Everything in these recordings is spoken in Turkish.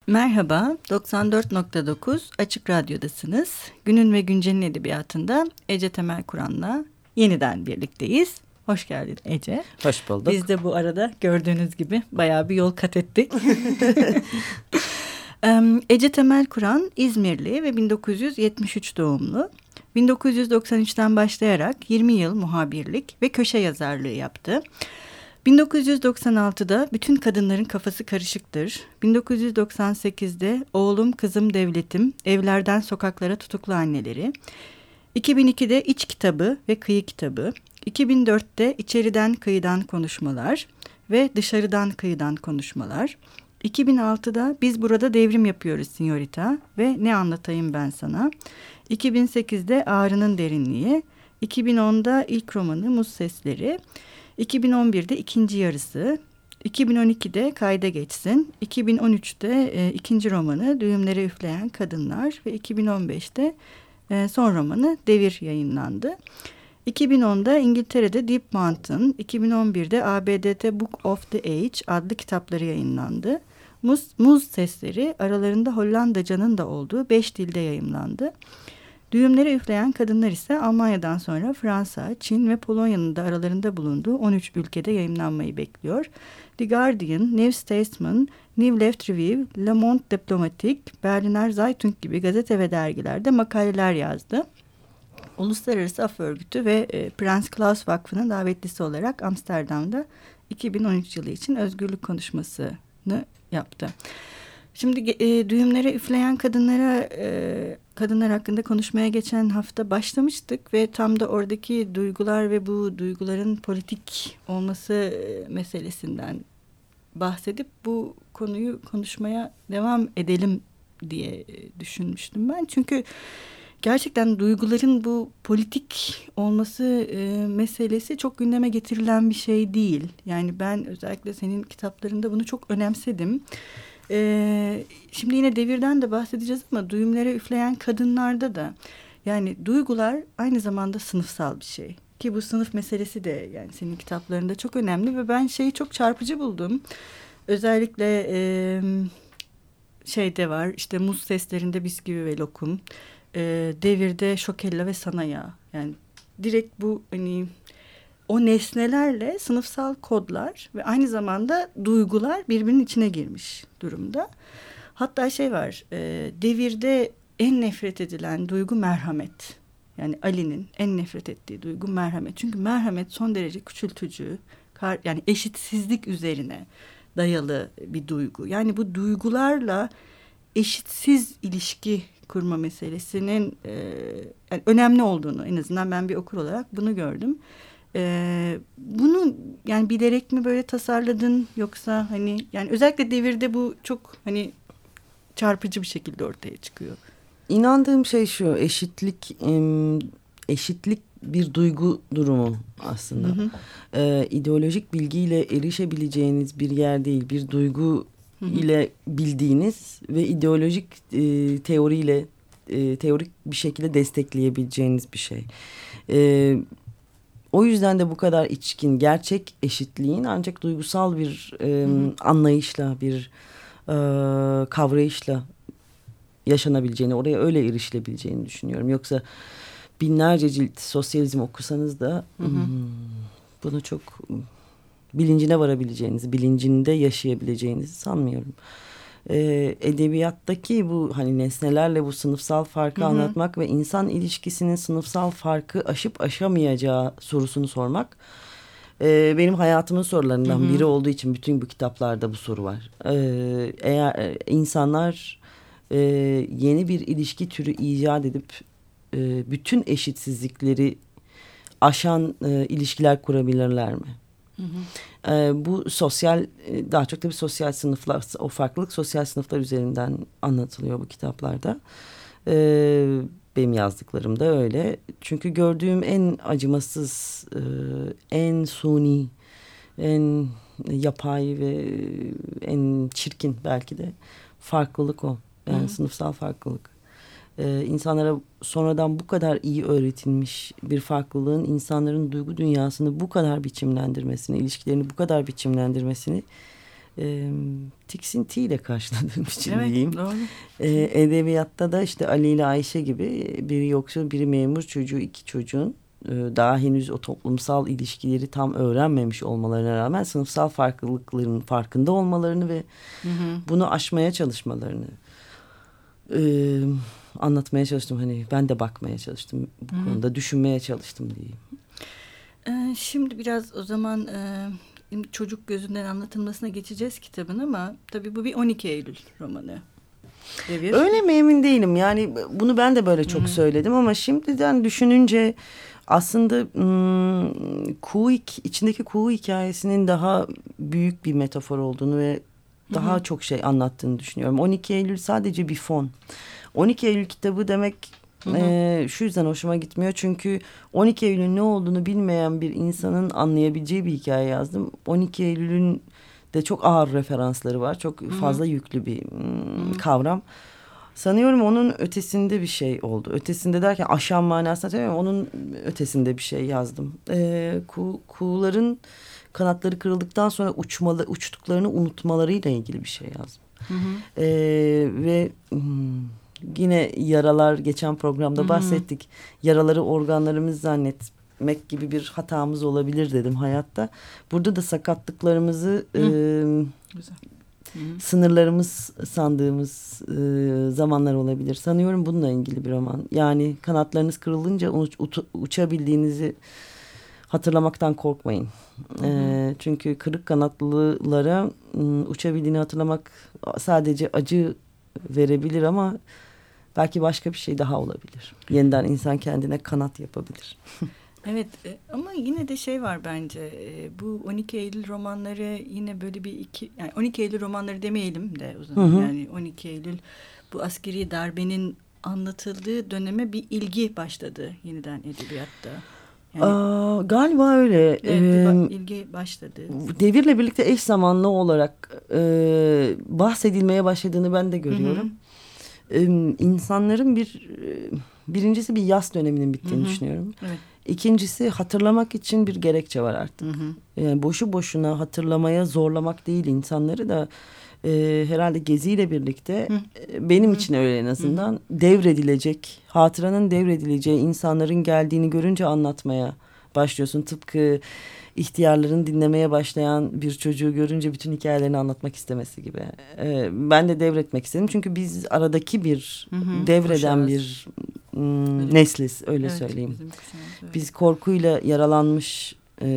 Merhaba, 94.9 Açık Radyo'dasınız. Günün ve Güncel'in edebiyatında Ece Temel Kur'an'la yeniden birlikteyiz. Hoş geldin Ece. Hoş bulduk. Biz de bu arada gördüğünüz gibi bayağı bir yol kat ettik. Ece Temel Kur'an İzmirli ve 1973 doğumlu. 1993'ten başlayarak 20 yıl muhabirlik ve köşe yazarlığı yaptı. 1996'da Bütün Kadınların Kafası Karışıktır. 1998'de Oğlum Kızım Devletim, Evlerden Sokaklara Tutuklu Anneleri. 2002'de İç Kitabı ve Kıyı Kitabı. 2004'te İçeriden Kıyıdan Konuşmalar ve Dışarıdan Kıyıdan Konuşmalar. 2006'da Biz Burada Devrim Yapıyoruz Sinyorita ve Ne Anlatayım Ben Sana. 2008'de Ağrının Derinliği. 2010'da ilk romanı Muz Sesleri. 2011'de ikinci yarısı, 2012'de Kayda Geçsin, 2013'te ikinci romanı Düğümlere Üfleyen Kadınlar ve 2015'te son romanı Devir yayınlandı. 2010'da İngiltere'de Deep Mountain, 2011'de ABD'de Book of the Age adlı kitapları yayınlandı. Muz Sesleri aralarında Hollandaca'nın da olduğu 5 dilde yayımlandı. Düğümlere Üfleyen Kadınlar ise Almanya'dan sonra Fransa, Çin ve Polonya'nın da aralarında bulunduğu 13 ülkede yayımlanmayı bekliyor. The Guardian, New Statesman, New Left Review, Le Monde Diplomatique, Berliner Zeitung gibi gazete ve dergilerde makaleler yazdı. Uluslararası Af Örgütü ve Prens Klaus Vakfı'nın davetlisi olarak Amsterdam'da 2013 yılı için özgürlük konuşmasını yaptı. Şimdi düğümlere üfleyen kadınlar hakkında konuşmaya geçen hafta başlamıştık ve tam da oradaki duygular ve bu duyguların politik olması meselesinden bahsedip bu konuyu konuşmaya devam edelim diye düşünmüştüm ben. Çünkü gerçekten duyguların bu politik olması meselesi çok gündeme getirilen bir şey değil. Yani ben özellikle senin kitaplarında bunu çok önemsedim. Şimdi yine devirden de bahsedeceğiz ama düğümlere üfleyen kadınlarda da yani duygular aynı zamanda sınıfsal bir şey. Ki bu sınıf meselesi de yani senin kitaplarında çok önemli ve ben şeyi çok çarpıcı buldum. Özellikle şeyde var işte Muz Seslerinde Bisküvi ve Lokum, Devirde Şokella ve Sanaya. Yani direkt bu hani o nesnelerle sınıfsal kodlar ve aynı zamanda duygular birbirinin içine girmiş durumda. Hatta şey var, devirde en nefret edilen duygu merhamet. Yani Ali'nin en nefret ettiği duygu merhamet. Çünkü merhamet son derece küçültücü, yani eşitsizlik üzerine dayalı bir duygu. Yani bu duygularla eşitsiz ilişki kurma meselesinin yani önemli olduğunu en azından ben bir okur olarak bunu gördüm. Bunu yani bilerek mi böyle tasarladın yoksa hani yani özellikle devirde bu çok hani çarpıcı bir şekilde ortaya çıkıyor. İnandığım şey şu, eşitlik bir duygu durumu aslında. Hı hı. İdeolojik bilgiyle erişebileceğiniz bir yer değil, bir duygu ile bildiğiniz ve ideolojik teoriyle teorik bir şekilde destekleyebileceğiniz bir şey. O yüzden de bu kadar içkin, gerçek eşitliğin ancak duygusal bir anlayışla, bir kavrayışla yaşanabileceğini, oraya öyle erişilebileceğini düşünüyorum. Yoksa binlerce cilt sosyalizm okusanız da bunu çok bilincine varabileceğinizi, bilincinde yaşayabileceğinizi sanmıyorum. Edebiyattaki bu hani nesnelerle bu sınıfsal farkı anlatmak ve insan ilişkisinin sınıfsal farkı aşıp aşamayacağı sorusunu sormak benim hayatımın sorularından biri olduğu için bütün bu kitaplarda bu soru var. Eğer insanlar yeni bir ilişki türü icat edip bütün eşitsizlikleri aşan ilişkiler kurabilirler mi? Bu sosyal, daha çok da bir sosyal sınıflar, o farklılık sosyal sınıflar üzerinden anlatılıyor bu kitaplarda. Benim yazdıklarım da öyle. Çünkü gördüğüm en acımasız, en suni, en yapay ve en çirkin belki de farklılık o. Yani sınıfsal farklılık. İnsanlara sonradan bu kadar iyi öğretilmiş bir farklılığın insanların duygu dünyasını bu kadar biçimlendirmesini, ilişkilerini bu kadar biçimlendirmesini tiksintiyle karşıladığım için evet, diyeyim. Doğru. Edebiyatta da işte Ali ile Ayşe gibi biri yoksul biri memur çocuğu, iki çocuğun daha henüz o toplumsal ilişkileri tam öğrenmemiş olmalarına rağmen sınıfsal farklılıkların farkında olmalarını ve bunu aşmaya çalışmalarını anlatmaya çalıştım. Hani ben de bakmaya çalıştım bu konuda, düşünmeye çalıştım diyeyim. Şimdi biraz o zaman çocuk gözünden anlatılmasına geçeceğiz kitabın ama tabii bu bir 12 Eylül romanı. Devir. Öyle mi emin değilim. Yani bunu ben de böyle çok söyledim ama şimdiden düşününce aslında içindeki kuğu hikayesinin daha büyük bir metafor olduğunu ve daha çok şey anlattığını düşünüyorum. 12 Eylül sadece bir fon. 12 Eylül kitabı demek şu yüzden hoşuma gitmiyor. Çünkü 12 Eylül'ün ne olduğunu bilmeyen bir insanın anlayabileceği bir hikaye yazdım. 12 Eylül'ün de çok ağır referansları var. Çok fazla yüklü bir kavram. Sanıyorum onun ötesinde bir şey oldu. Ötesinde derken aşan manasında tabii onun ötesinde bir şey yazdım. Kuğuların kanatları kırıldıktan sonra uçtuklarını unutmalarıyla ilgili bir şey yazdım. Ve yine yaralar, geçen programda bahsettik. Yaraları organlarımız zannetmek gibi bir hatamız olabilir dedim hayatta. Burada da sakatlıklarımızı sınırlarımız sandığımız zamanlar olabilir. Sanıyorum bununla ilgili bir roman. Yani kanatlarınız kırılınca uçabildiğinizi hatırlamaktan korkmayın. Çünkü kırık kanatlılara uçabildiğini hatırlamak sadece acı verebilir ama belki başka bir şey daha olabilir. Yeniden insan kendine kanat yapabilir. Evet ama yine de şey var bence bu 12 Eylül romanları yine böyle yani 12 Eylül romanları demeyelim de o zaman yani 12 Eylül bu askeri darbenin anlatıldığı döneme bir ilgi başladı yeniden edebiyatta. Yani, galiba öyle. İlgi başladı. Devirle birlikte eş zamanlı olarak bahsedilmeye başladığını ben de görüyorum. İnsanların birincisi bir yas döneminin bittiğini düşünüyorum. Evet. İkincisi hatırlamak için bir gerekçe var artık. Yani boşu boşuna hatırlamaya zorlamak değil insanları da herhalde Gezi'yle birlikte benim için öyle en azından devredilecek, hatıranın devredileceği insanların geldiğini görünce anlatmaya başlıyorsun. Tıpkı ihtiyarların dinlemeye başlayan bir çocuğu görünce bütün hikayelerini anlatmak istemesi gibi. Ben de devretmek istedim çünkü biz aradaki bir devreden bir nesliz öyle söyleyeyim. Biz korkuyla yaralanmış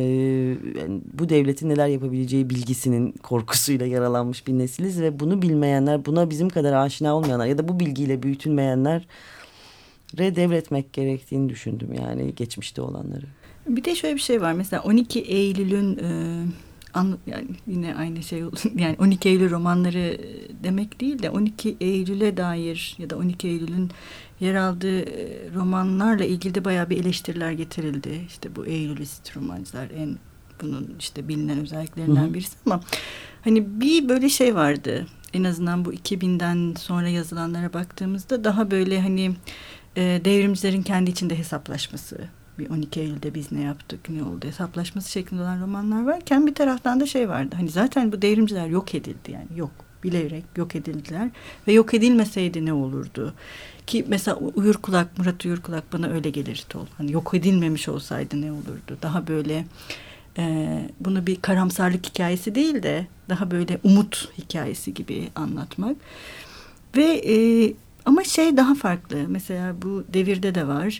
bu devletin neler yapabileceği bilgisinin korkusuyla yaralanmış bir nesiliz ve bunu bilmeyenler, buna bizim kadar aşina olmayanlar ya da bu bilgiyle büyütülmeyenlere devretmek gerektiğini düşündüm yani geçmişte olanları. Bir de şöyle bir şey var mesela 12 Eylül'ün yani yine aynı şey oldu. Yani 12 Eylül romanları demek değil de 12 Eylül'e dair ya da 12 Eylül'ün yer aldığı romanlarla ilgili de bayağı bir eleştiriler getirildi. İşte bu Eylülist romancılar bunun işte bilinen özelliklerinden birisi ama hani bir böyle şey vardı. En azından bu 2000'den sonra yazılanlara baktığımızda daha böyle hani devrimcilerin kendi içinde hesaplaşması. Bir 12 Eylül'de biz ne yaptık, ne oldu hesaplaşması şeklinde olan romanlar varken bir taraftan da şey vardı. Hani zaten bu devrimciler yok edildi yani bilerek yok edildiler ve yok edilmeseydi ne olurdu? Ki mesela Murat Uyurkulak bana öyle gelirdi. Hani yok edilmemiş olsaydı ne olurdu? Daha böyle bunu bir karamsarlık hikayesi değil de daha böyle umut hikayesi gibi anlatmak. Ve ama şey daha farklı. Mesela bu devirde de var.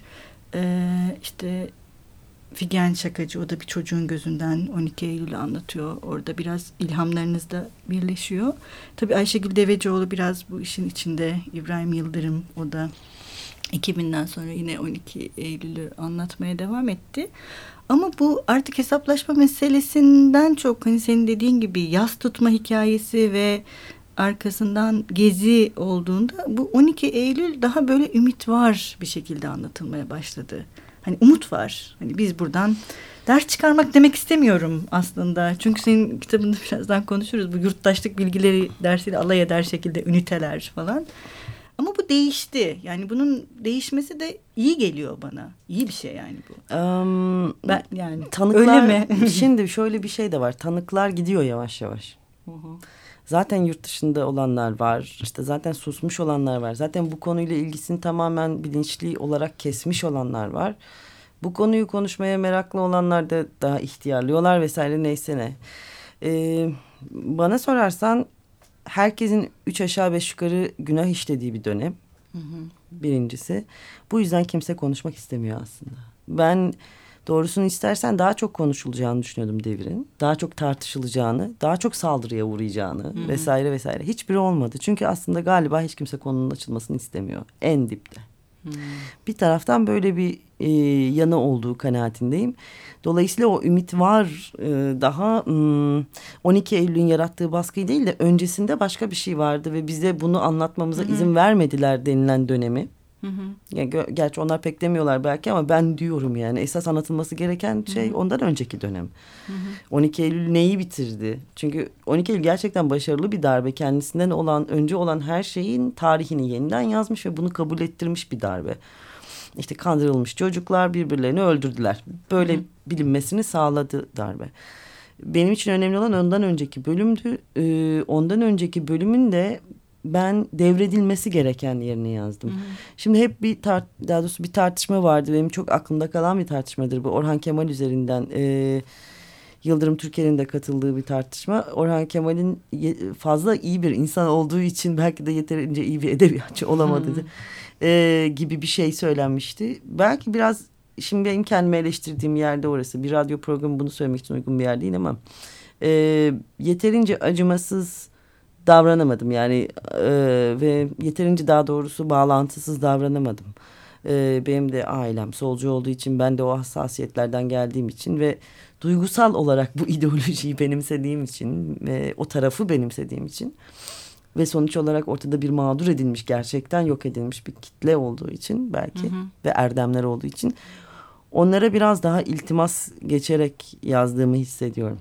İşte Figen Şakacı o da bir çocuğun gözünden 12 Eylül'ü anlatıyor. Orada biraz ilhamlarınız da birleşiyor. Tabii Ayşegül Devecioğlu biraz bu işin içinde. İbrahim Yıldırım o da 2000'den sonra yine 12 Eylül'ü anlatmaya devam etti. Ama bu artık hesaplaşma meselesinden çok hani senin dediğin gibi yas tutma hikayesi ve arkasından gezi olduğunda bu 12 Eylül daha böyle ümit var bir şekilde anlatılmaya başladı. Hani umut var. Hani biz buradan ders çıkarmak demek istemiyorum aslında. Çünkü senin kitabında birazdan konuşuruz. Bu yurttaşlık bilgileri dersiyle alay eder şekilde üniteler falan. Ama bu değişti. Yani bunun değişmesi de iyi geliyor bana. İyi bir şey yani bu. Ben yani tanıklar, öyle mi? Şimdi şöyle bir şey de var. Tanıklar gidiyor yavaş yavaş. Zaten yurt dışında olanlar var. İşte zaten susmuş olanlar var. Zaten bu konuyla ilgisini tamamen bilinçli olarak kesmiş olanlar var. Bu konuyu konuşmaya meraklı olanlar da daha ihtiyarlıyorlar vesaire, neyse ne. Bana sorarsan herkesin 3 aşağı 5 yukarı günah işlediği bir dönem. Birincisi. Bu yüzden kimse konuşmak istemiyor aslında. Ben doğrusunu istersen daha çok konuşulacağını düşünüyordum devrin. Daha çok tartışılacağını, daha çok saldırıya uğrayacağını vesaire vesaire. Hiçbiri olmadı. Çünkü aslında galiba hiç kimse konunun açılmasını istemiyor. En dipte. Bir taraftan böyle bir yanı olduğu kanaatindeyim. Dolayısıyla o ümit var. Daha 12 Eylül'ün yarattığı baskıyı değil de öncesinde başka bir şey vardı ve bize bunu anlatmamıza izin vermediler denilen dönemi. Yani gerçi onlar pek demiyorlar belki ama ben diyorum yani esas anlatılması gereken şey ondan önceki dönem. 12 Eylül neyi bitirdi? Çünkü 12 Eylül gerçekten başarılı bir darbe. Kendisinden önce olan her şeyin tarihini yeniden yazmış ve bunu kabul ettirmiş bir darbe. İşte kandırılmış çocuklar birbirlerini öldürdüler. Böyle bilinmesini sağladı darbe. Benim için önemli olan ondan önceki bölümdü. Ondan önceki bölümün de ben devredilmesi gereken yerine yazdım. Şimdi hep daha doğrusu bir tartışma vardı. Benim çok aklımda kalan bir tartışmadır bu. Orhan Kemal üzerinden Yıldırım Türker'in de katıldığı bir tartışma. Orhan Kemal'in fazla iyi bir insan olduğu için belki de yeterince iyi bir edebiyatçı olamadı gibi bir şey söylenmişti. Belki biraz şimdi benim kendime eleştirdiğim yerde orası. Bir radyo programı bunu söylemek için uygun bir yer değil ama yeterince acımasız davranamadım yani ve yeterince daha doğrusu bağlantısız davranamadım. Benim de ailem solcu olduğu için, ben de o hassasiyetlerden geldiğim için ve duygusal olarak bu ideolojiyi benimsediğim için ve o tarafı benimsediğim için ve sonuç olarak ortada bir mağdur edilmiş, gerçekten yok edilmiş bir kitle olduğu için belki ve erdemler olduğu için onlara biraz daha iltimas geçerek yazdığımı hissediyorum.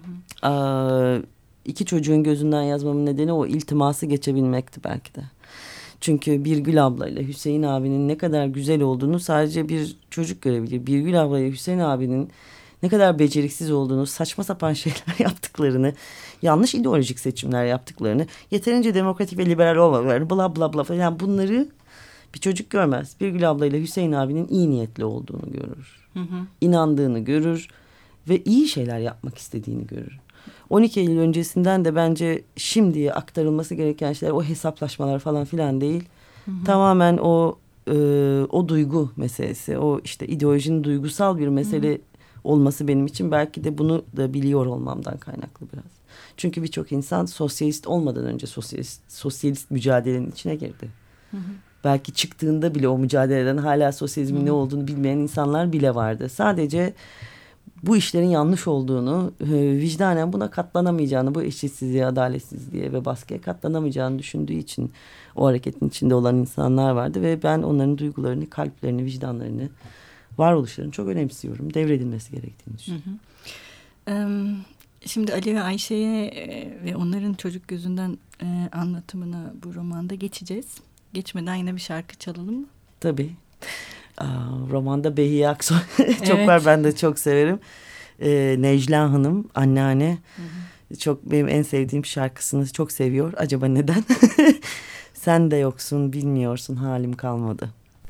İki çocuğun gözünden yazmamın nedeni o iltiması geçebilmekti belki de. Çünkü Birgül ablayla Hüseyin abinin ne kadar güzel olduğunu sadece bir çocuk görebilir. Birgül ablayla Hüseyin abinin ne kadar beceriksiz olduğunu, saçma sapan şeyler yaptıklarını, yanlış ideolojik seçimler yaptıklarını, yeterince demokratik ve liberal olmalarını, bla bla bla falan, yani bunları bir çocuk görmez. Birgül ablayla Hüseyin abinin iyi niyetli olduğunu görür. İnandığını görür ve iyi şeyler yapmak istediğini görür. 12 Eylül öncesinden de bence şimdiye aktarılması gereken şeyler o hesaplaşmalar falan filan değil. Tamamen o duygu meselesi, o işte ideolojinin duygusal bir mesele olması benim için belki de bunu da biliyor olmamdan kaynaklı biraz. Çünkü birçok insan sosyalist olmadan önce sosyalist mücadelenin içine girdi. Belki çıktığında bile o mücadeleden hala sosyalizmin ne olduğunu bilmeyen insanlar bile vardı. Sadece bu işlerin yanlış olduğunu, vicdanen buna katlanamayacağını, bu eşitsizliğe, adaletsizliğe ve baskıya katlanamayacağını düşündüğü için o hareketin içinde olan insanlar vardı ve ben onların duygularını, kalplerini, vicdanlarını, varoluşlarını çok önemsiyorum. Devredilmesi gerektiğini düşünüyorum. Şimdi Ali ve Ayşe'ye ve onların çocuk gözünden anlatımına bu romanda geçeceğiz. Geçmeden yine bir şarkı çalalım mı? Tabii. Romanda Behiye Aksoy çok var, ben de çok severim. Necla Hanım, anneanne, çok benim en sevdiğim şarkısını çok seviyor. Acaba neden? Sen de yoksun, bilmiyorsun, halim kalmadı.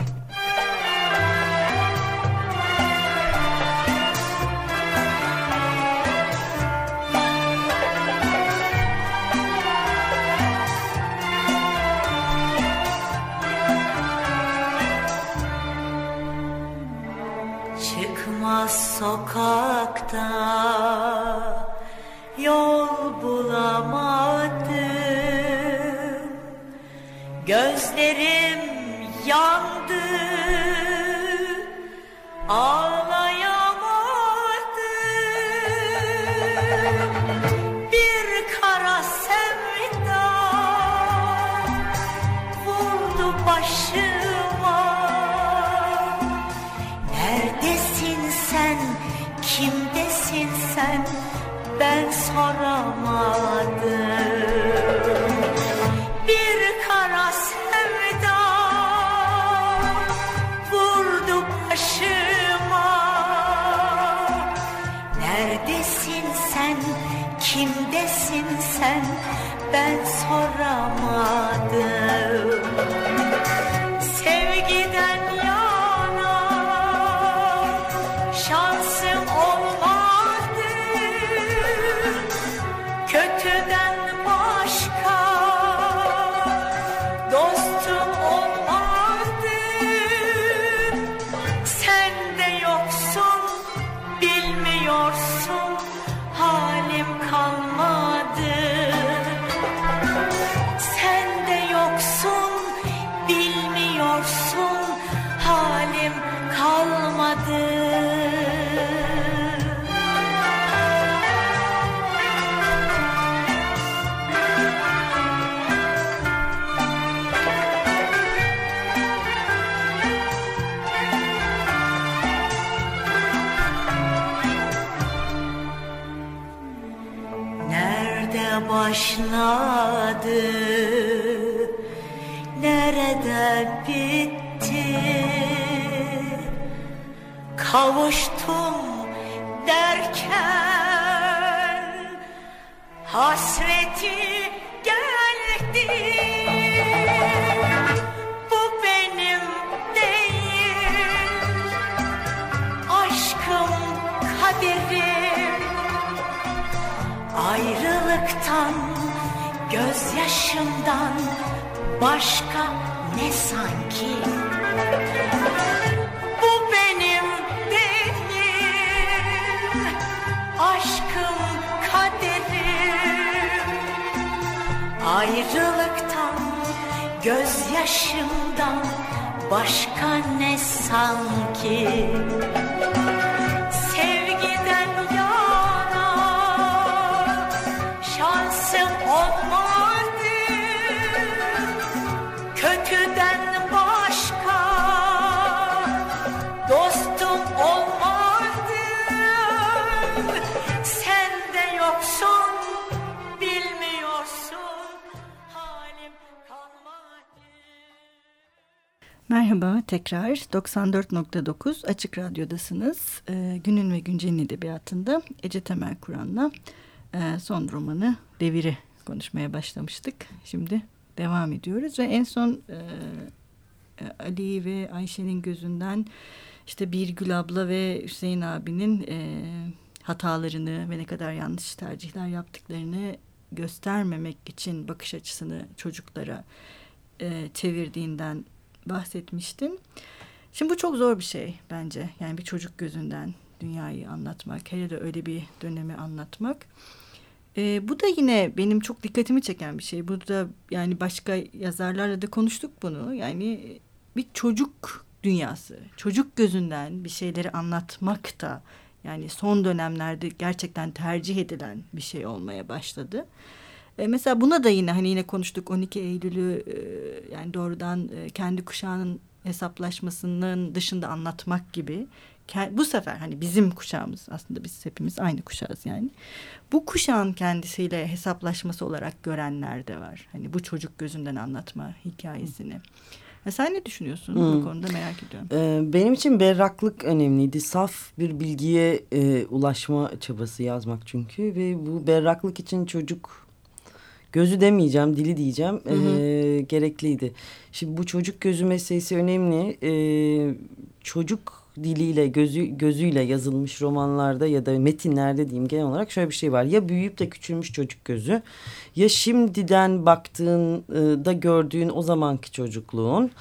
Sokakta yol bulamadım, gözlerim yandı, ağlayamadım. Bir kara sevda vurdu başıma. Neredesin sen? Kimdesin sen? Ben soramadım. Bir kara sevda vurdu başıma. Neredesin sen? Kimdesin sen? sen, ben soramadım. Sevgiden yana şansım olmadı, kötüden başka dostum olmadı. Sen de yoksun, bilmiyorsun, halim kalmadı. Sen de yoksun, bilmiyorsun, halim kalmadı. Nerede başladı, nerede bitti? Kavuştum derken hasreti geldi. Bu benim değil, aşkım kaderim. Ayrılıktan, gözyaşımdan başka ne sanki? Bu benim değil, aşkım kaderim. Ayrılıktan, gözyaşımdan başka ne sanki? Sevgiden yana şansım olmadı, kötüden başka dostum olmadı. Sen de yoksun, bilmiyorsun, halim kalmadı. Merhaba, tekrar 94.9 Açık Radyo'dasınız. Günün ve Güncel'in edebiyatında Ece Temel Kur'an'la son romanı Devir'i konuşmaya başlamıştık. Şimdi devam ediyoruz ve en son Ali ve Ayşe'nin gözünden işte Birgül abla ve Hüseyin abinin hatalarını ve ne kadar yanlış tercihler yaptıklarını göstermemek için bakış açısını çocuklara çevirdiğinden bahsetmiştim. Şimdi bu çok zor bir şey bence. Yani bir çocuk gözünden dünyayı anlatmak, hele de öyle bir dönemi anlatmak. Bu da yine benim çok dikkatimi çeken bir şey. Burada yani başka yazarlarla da konuştuk bunu. Yani bir çocuk dünyası, çocuk gözünden bir şeyleri anlatmak da yani son dönemlerde gerçekten tercih edilen bir şey olmaya başladı. Mesela buna da yine konuştuk 12 Eylül'ü yani doğrudan kendi kuşağının hesaplaşmasının dışında anlatmak gibi. Bu sefer hani bizim kuşağımız, aslında biz hepimiz aynı kuşağız yani. Bu kuşağın kendisiyle hesaplaşması olarak görenler de var. Hani bu çocuk gözünden anlatma hikayesini. Sen ne düşünüyorsun bu konuda, merak ediyorum. Benim için berraklık önemliydi. Saf bir bilgiye ulaşma çabası yazmak çünkü. Ve bu berraklık için çocuk gözü demeyeceğim, dili diyeceğim, gerekliydi. Şimdi bu çocuk gözü meselesi önemli. Çocuk diliyle, gözüyle yazılmış romanlarda ya da metinlerde diyeyim genel olarak şöyle bir şey var. Ya büyüyüp de küçülmüş çocuk gözü, ya şimdiden baktığında gördüğün o zamanki çocukluğun,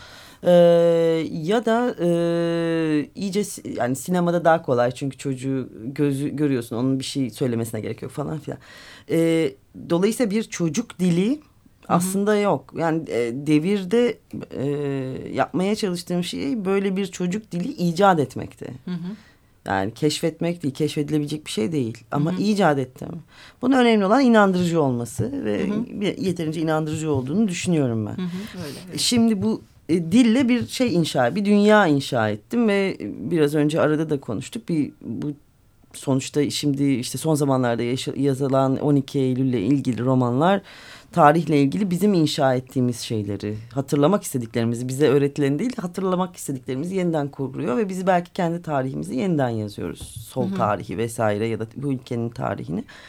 ya da iyice yani sinemada daha kolay çünkü çocuğu gözü görüyorsun, onun bir şey söylemesine gerek yok falan filan. Dolayısıyla bir çocuk dili aslında yok. Yani devirde yapmaya çalıştığım şey böyle bir çocuk dili icat etmekti. Yani keşfetmek değil, keşfedilebilecek bir şey değil. Ama icat ettim. Bunun önemli olan inandırıcı olması ve yeterince inandırıcı olduğunu düşünüyorum ben. Öyle, evet. Şimdi bu dille bir şey bir dünya inşa ettim ve biraz önce arada da konuştuk. Bu sonuçta şimdi işte son zamanlarda yazılan 12 Eylül'le ilgili romanlar tarihle ilgili bizim inşa ettiğimiz şeyleri, hatırlamak istediklerimizi, bize öğretilen değil hatırlamak istediklerimizi yeniden kuruluyor ve biz belki kendi tarihimizi yeniden yazıyoruz. Sol tarihi vesaire ya da bu ülkenin tarihini.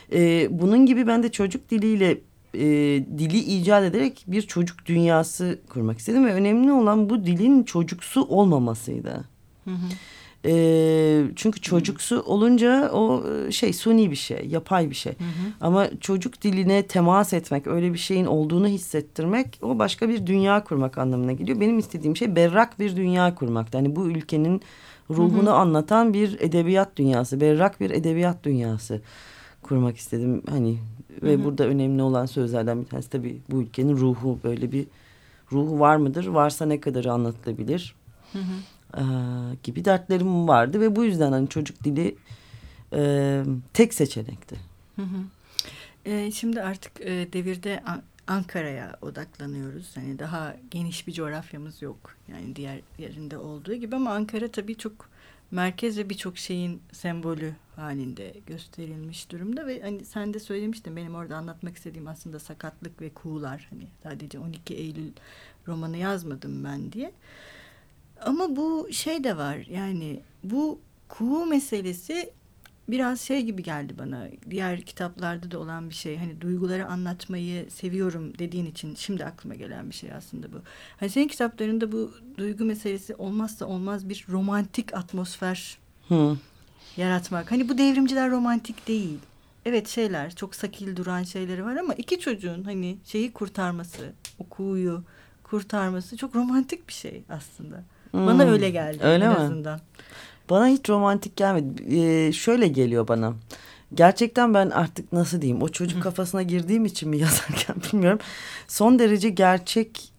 Bunun gibi ben de çocuk diliyle dili icat ederek bir çocuk dünyası kurmak istedim ve önemli olan bu dilin çocuksu olmamasıydı. Hı hı. Çünkü çocuksu olunca o suni bir şey, yapay bir şey. Hı hı. Ama çocuk diline temas etmek, öyle bir şeyin olduğunu hissettirmek, o başka bir dünya kurmak anlamına geliyor. Benim istediğim şey berrak bir dünya kurmak. Yani bu ülkenin ruhunu anlatan bir edebiyat dünyası, berrak bir edebiyat dünyası kurmak istedim. Hani ve burada önemli olan sözlerden bir tanesi tabii bu ülkenin ruhu, böyle bir ruhu var mıdır? Varsa ne kadarı anlatılabilir? Hı hı. Gibi dertlerim vardı ve bu yüzden hani çocuk dili tek seçenekti. Hı hı. Şimdi artık devirde Ankara'ya odaklanıyoruz. Hani daha geniş bir coğrafyamız yok. Yani diğer yerinde olduğu gibi, ama Ankara tabii çok merkez ve birçok şeyin sembolü halinde gösterilmiş durumda ve hani sen de söylemiştin, benim orada anlatmak istediğim aslında sakatlık ve kuğular. Hani sadece 12 Eylül romanı yazmadım ben diye. Ama bu şey de var, yani bu kuğu meselesi biraz şey gibi geldi bana. Diğer kitaplarda da olan bir şey. Hani duyguları anlatmayı seviyorum dediğin için şimdi aklıma gelen bir şey aslında bu. Hani senin kitaplarında bu duygu meselesi olmazsa olmaz bir romantik atmosfer yaratmak. Hani bu devrimciler romantik değil. Evet, şeyler çok sakil duran şeyleri var ama iki çocuğun hani şeyi kurtarması, o kuğuyu kurtarması çok romantik bir şey aslında. Bana öyle geldi öyle en mi? azından. Bana hiç romantik gelmedi. Şöyle geliyor bana. Gerçekten ben artık nasıl diyeyim, o çocuk kafasına girdiğim için mi yazarken bilmiyorum. Son derece gerçek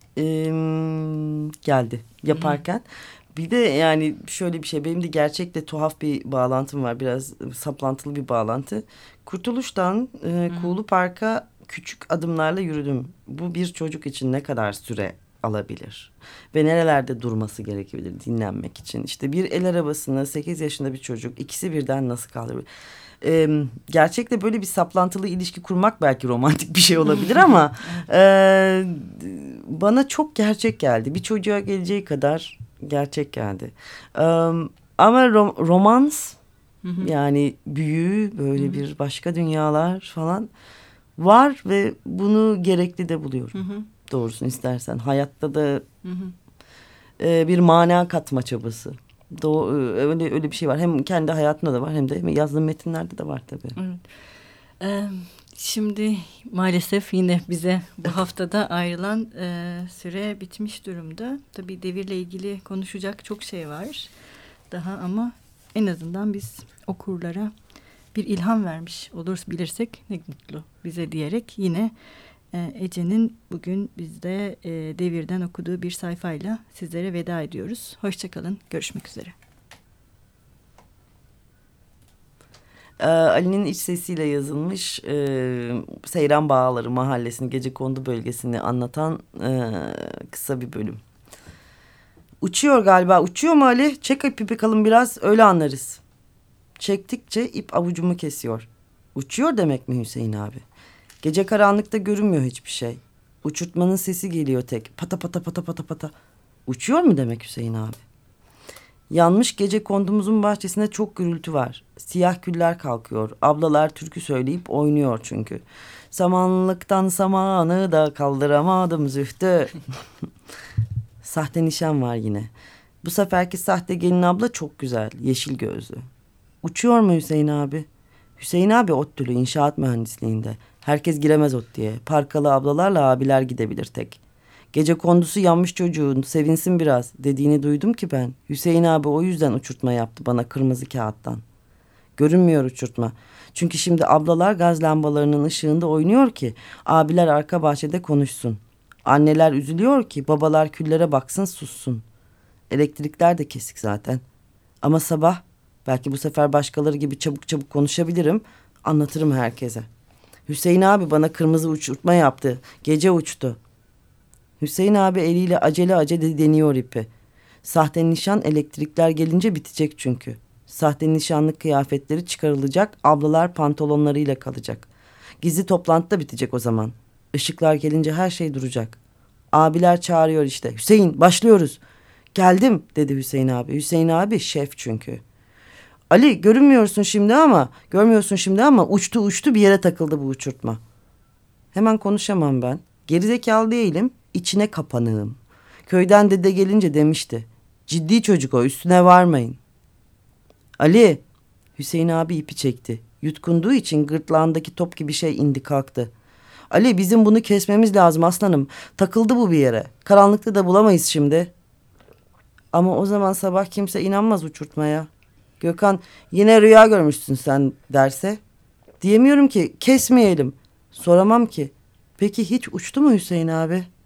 geldi yaparken. Bir de yani şöyle bir şey, benim de gerçekle tuhaf bir bağlantım var. Biraz saplantılı bir bağlantı. Kurtuluş'tan Kuğulu Park'a küçük adımlarla yürüdüm. Bu bir çocuk için ne kadar süre alabilir ve nerelerde durması gerekebilir dinlenmek için? İşte bir el arabasını 8 yaşında bir çocuk ikisi birden nasıl kaldırır? Gerçekle böyle bir saplantılı ilişki kurmak belki romantik bir şey olabilir ama bana çok gerçek geldi. Bir çocuğa geleceği kadar gerçek geldi. Ama romans, yani büyü, böyle bir başka dünyalar falan var ve bunu gerekli de buluyorum. Doğrusunu istersen. Hayatta da bir mana katma çabası. Öyle bir şey var. Hem kendi hayatımda da var hem de yazdığım metinlerde de var tabii. Evet. Şimdi maalesef yine bize bu haftada ayrılan süre bitmiş durumda. Tabii devirle ilgili konuşacak çok şey var daha, ama en azından biz okurlara bir ilham vermiş bilirsek ne mutlu bize diyerek yine Ece'nin bugün bizde devirden okuduğu bir sayfayla sizlere veda ediyoruz. Hoşçakalın, görüşmek üzere. Ali'nin iç sesiyle yazılmış Seyran Bağları Mahallesi'ni, Gecekondu bölgesini anlatan kısa bir bölüm. Uçuyor galiba. Uçuyor mu Ali? Çek ipi bakalım biraz, öyle anlarız. Çektikçe ip avucumu kesiyor. Uçuyor demek mi Hüseyin abi? Gece karanlıkta görünmüyor hiçbir şey. Uçurtmanın sesi geliyor tek. Pata pata pata pata pata. Uçuyor mu demek Hüseyin abi? Yanmış Gecekondumuzun bahçesinde çok gürültü var. Siyah küller kalkıyor. Ablalar türkü söyleyip oynuyor çünkü. Samanlıktan samanı da kaldıramadım zühtü. Sahte nişan var yine. Bu seferki sahte gelin abla çok güzel. Yeşil gözlü. Uçuyor mu Hüseyin abi? Hüseyin abi ODTÜ'lü, inşaat mühendisliğinde. Herkes giremez ODTÜ'ye. Parkalı ablalarla abiler gidebilir tek. Gecekondusu yanmış çocuğun, sevinsin biraz dediğini duydum ki ben. Hüseyin abi o yüzden uçurtma yaptı bana kırmızı kağıttan. Görünmüyor uçurtma. Çünkü şimdi ablalar gaz lambalarının ışığında oynuyor ki abiler arka bahçede konuşsun. Anneler üzülüyor ki babalar küllere baksın sussun. Elektrikler de kesik zaten. Ama sabah belki bu sefer başkaları gibi çabuk çabuk konuşabilirim. Anlatırım herkese. Hüseyin abi bana kırmızı uçurtma yaptı. Gece uçtu. Hüseyin abi eliyle acele acele deniyor ipi. Sahte nişan elektrikler gelince bitecek çünkü. Sahte nişanlık kıyafetleri çıkarılacak, ablalar pantolonlarıyla kalacak. Gizli toplantı da bitecek o zaman. Işıklar gelince her şey duracak. Abiler çağırıyor işte. Hüseyin başlıyoruz. Geldim dedi Hüseyin abi. Hüseyin abi şef çünkü. Ali görünmüyorsun şimdi ama görmüyorsun şimdi ama uçtu bir yere takıldı bu uçurtma. Hemen konuşamam ben. Gerizekalı değilim, içine kapanığım. Köyden dede gelince demişti. Ciddi çocuk o, üstüne varmayın. Ali, Hüseyin abi ipi çekti. Yutkunduğu için gırtlağındaki top gibi şey indi kalktı. Ali, bizim bunu kesmemiz lazım aslanım. Takıldı bu bir yere. Karanlıkta da bulamayız şimdi. Ama o zaman sabah kimse inanmaz uçurtmaya. Gökhan, yine rüya görmüşsün sen derse. Diyemiyorum ki, kesmeyelim. Soramam ki. Peki hiç uçtu mu Hüseyin abi?